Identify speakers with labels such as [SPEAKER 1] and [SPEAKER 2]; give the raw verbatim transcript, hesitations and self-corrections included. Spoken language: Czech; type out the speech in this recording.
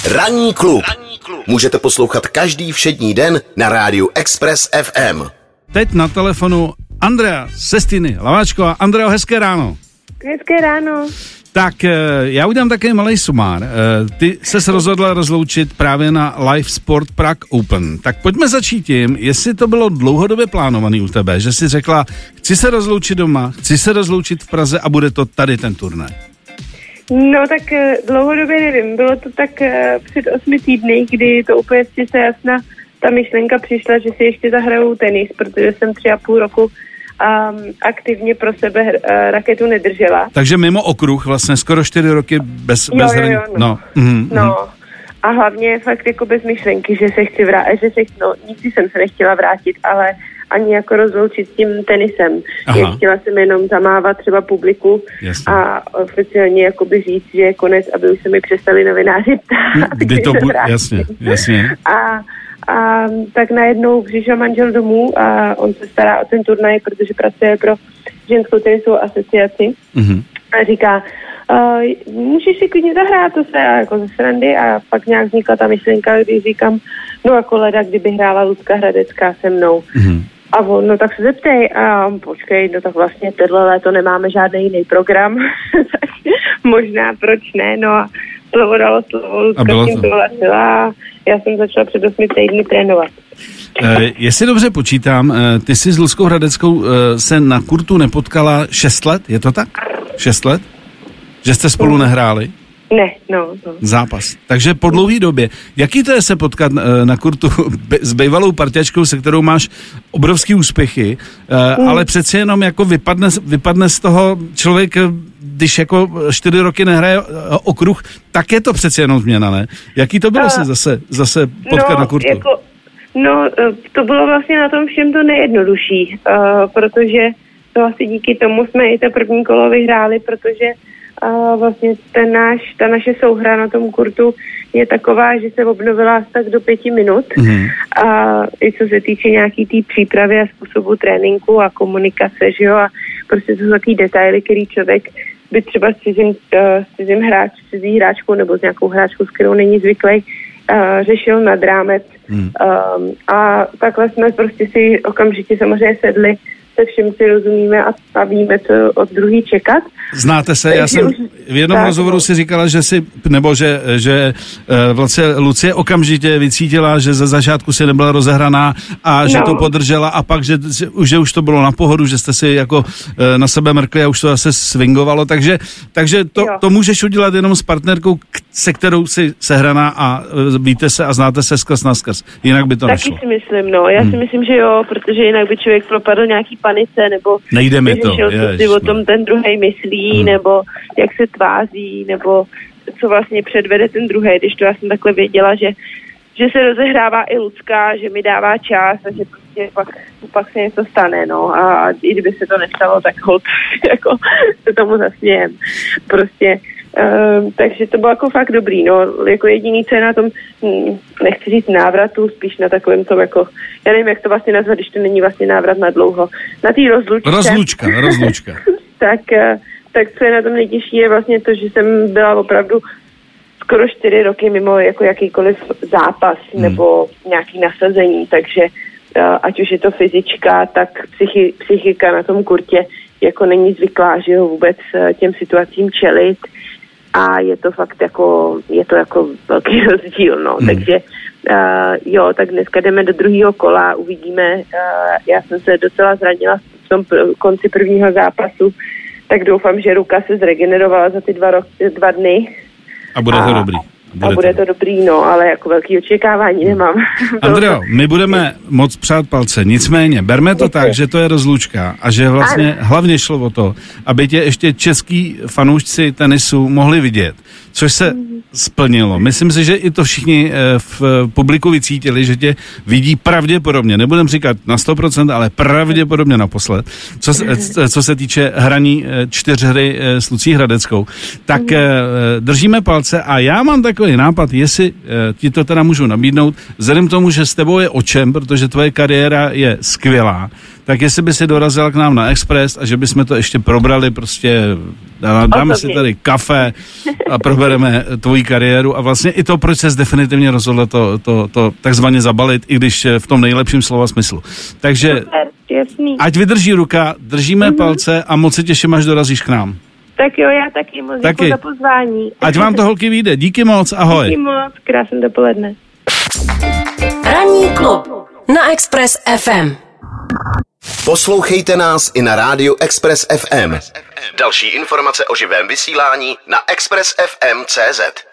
[SPEAKER 1] Ranní klub. Můžete poslouchat každý všední den na rádiu Express F M.
[SPEAKER 2] Teď na telefonu Andrea Sestiny Laváčková. Andreo, hezké ráno.
[SPEAKER 3] Hezké ráno.
[SPEAKER 2] Tak já udělám takový malej sumár. Ty ses rozhodla rozloučit právě na Live Sport Prague Open. Tak pojďme začít tím, jestli to bylo dlouhodobě plánovaný u tebe, že jsi řekla, chci se rozloučit doma, chci se rozloučit v Praze a bude to tady ten turnaj.
[SPEAKER 3] No tak dlouhodobě nevím, bylo to tak před osmi týdny, kdy to úplně se jasná ta myšlenka přišla, že si ještě zahraju tenis, protože jsem tři a půl roku um, aktivně pro sebe uh, raketu nedržela.
[SPEAKER 2] Takže mimo okruh vlastně skoro čtyři roky bez,
[SPEAKER 3] jo,
[SPEAKER 2] bez
[SPEAKER 3] jo,
[SPEAKER 2] hraní.
[SPEAKER 3] jo, no.
[SPEAKER 2] No. Mm,
[SPEAKER 3] no. A hlavně fakt jako bez myšlenky, že se chci vrátit, že se, no, nikdy jsem se nechtěla vrátit, ale ani jako rozloučit s tím tenisem. Já chtěla jsem jenom zamávat třeba publiku. Jasně. A oficiálně jakoby říct, že je konec, aby už se mi přestali novináři ptát.
[SPEAKER 2] Kdy to bude, jasně, jasně.
[SPEAKER 3] A, a tak najednou přišel manžel domů a on se stará o ten turnaj, protože pracuje pro ženskou tenisovou asociaci. Mm-hmm. A říká, uh, můžeš si klidně zahrát, to se jako ze srandy, a pak nějak vznikla ta myšlenka, když říkám, no jako leda, kdyby hrála Lucka Hradecká se mnou. Mm-hmm. A on, no tak se zeptej, a počkej, no tak vlastně tohle léto nemáme žádný jiný program, tak možná proč ne, no a slovo dalo slovo, Lucka s tím souhlasila a já jsem začala před osmi týdny trénovat.
[SPEAKER 2] E, jestli dobře počítám, e, ty jsi s Luckou Hradeckou e, se na kurtu nepotkala šest let, je to tak? Šest let? Že jste spolu nehráli?
[SPEAKER 3] Ne, no, no.
[SPEAKER 2] Zápas. Takže po dlouhé době. Jaký to je se potkat na, na kurtu s bývalou parťačkou, se kterou máš obrovský úspěchy, mm. ale přeci jenom jako vypadne, vypadne z toho člověk, když jako čtyři roky nehraje okruh, tak je to přeci jenom změna, ne? Jaký to bylo uh, se zase, zase potkat
[SPEAKER 3] no,
[SPEAKER 2] na kurtu?
[SPEAKER 3] Jako, no, to bylo vlastně na tom všem to nejjednodušší, uh, protože to asi díky tomu jsme i to první kolo vyhráli, protože a vlastně ten náš, ta naše souhra na tom kurtu je taková, že se obnovila asi tak do pěti minut. Mm. A i co se týče nějaký té tý přípravy a způsobu tréninku a komunikace, že jo, a prostě to jsou takový detaily, který člověk by třeba s cizím, uh, s cizím hráč, s cizí hráčkou nebo s nějakou hráčkou, s kterou není zvyklý, uh, řešil nad rámec. Mm. Um, a takhle jsme prostě si okamžitě samozřejmě sedli, se všem si rozumíme a, a víme, co od druhý čekat.
[SPEAKER 2] Znáte se, já jsem v jednom tak, rozhovoru si říkala, že si, nebo že, že vlastně Lucie okamžitě vycítila, že za začátku si nebyla rozehraná a že no. to podržela a pak, že, že už to bylo na pohodu, že jste si jako na sebe mrkli a už to zase swingovalo, takže, takže to, to můžeš udělat jenom s partnerkou, se kterou si sehraná a víte se a znáte se skrz na skrz. Jinak by to
[SPEAKER 3] Taky
[SPEAKER 2] nešlo.
[SPEAKER 3] Taky si myslím, no. Já hmm. si myslím, že jo, protože jinak by člověk propadl nějaký panice, nebo
[SPEAKER 2] nejde mi to,
[SPEAKER 3] co si o tom ten druhej myslí, hmm. nebo jak se tváří, nebo co vlastně předvede ten druhej, když to já jsem takhle věděla, že, že se rozehrává i Lucka, že mi dává čas a že prostě pak, pak se něco stane, no, a i kdyby se to nestalo, tak hod, jako se tomu zasmějem. Prostě Uh, takže to bylo jako fakt dobrý, no, jako jediný, co je na tom, hm, nechci říct návratu, spíš na takovém tom, jako, já nevím, jak to vlastně nazvat, když to není vlastně návrat na dlouho, na té rozlučce.
[SPEAKER 2] Rozlučka, rozlučka.
[SPEAKER 3] tak, uh, tak co je na tom nejtěžší, je vlastně to, že jsem byla opravdu skoro čtyři roky mimo jako jakýkoliv zápas hmm. nebo nějaký nasazení, takže uh, ať už je to fyzička, tak psychi, psychika na tom kurtě jako není zvyklá, že ho vůbec uh, těm situacím čelit. A je to fakt jako, je to jako velký rozdíl, no. Hmm. Takže uh, jo, tak dneska jdeme do druhého kola, uvidíme. Uh, já jsem se docela zranila v tom pr- konci prvního zápasu, tak doufám, že ruka se zregenerovala za ty dva, ro- dva dny.
[SPEAKER 2] A bude to a, dobrý.
[SPEAKER 3] Bude a bude to dobrý, no, ale jako velký očekávání nemám.
[SPEAKER 2] Andreo, my budeme moc přát palce, nicméně berme to tak, že to je rozlučka a že vlastně ano. hlavně šlo o to, aby tě ještě český fanoušci tenisu mohli vidět, což se splnilo. Myslím si, že i to všichni v publiku vycítili, že tě vidí pravděpodobně, nebudem říkat na sto procent, ale pravděpodobně naposled, co, co se týče hraní čtyřhry s Lucí Hradeckou. Tak držíme palce a já mám takový nápad, jestli ti to teda můžu nabídnout, vzhledem k tomu, že s tebou je o čem, protože tvoje kariéra je skvělá, tak jestli by si dorazila k nám na Express a že bychom to ještě probrali, prostě dá, dáme si tady kafe a probereme tvoji kariéru a vlastně i to, proč ses definitivně rozhodla to, to, to takzvaně zabalit, i když v tom nejlepším slova smyslu. Takže
[SPEAKER 3] Super, jasný.
[SPEAKER 2] ať vydrží ruka, držíme mm-hmm. palce a moc se těším, až dorazíš k nám.
[SPEAKER 3] Tak jo, já taky moc děkuji za pozvání.
[SPEAKER 2] Ať vám to, holky, vyjde. Díky moc, ahoj.
[SPEAKER 3] Díky moc, krásné dopoledne.
[SPEAKER 4] Ranní klub na Express ef em.
[SPEAKER 1] Poslouchejte nás i na rádiu Express ef em. Další informace o živém vysílání na express f m tečka cé zet.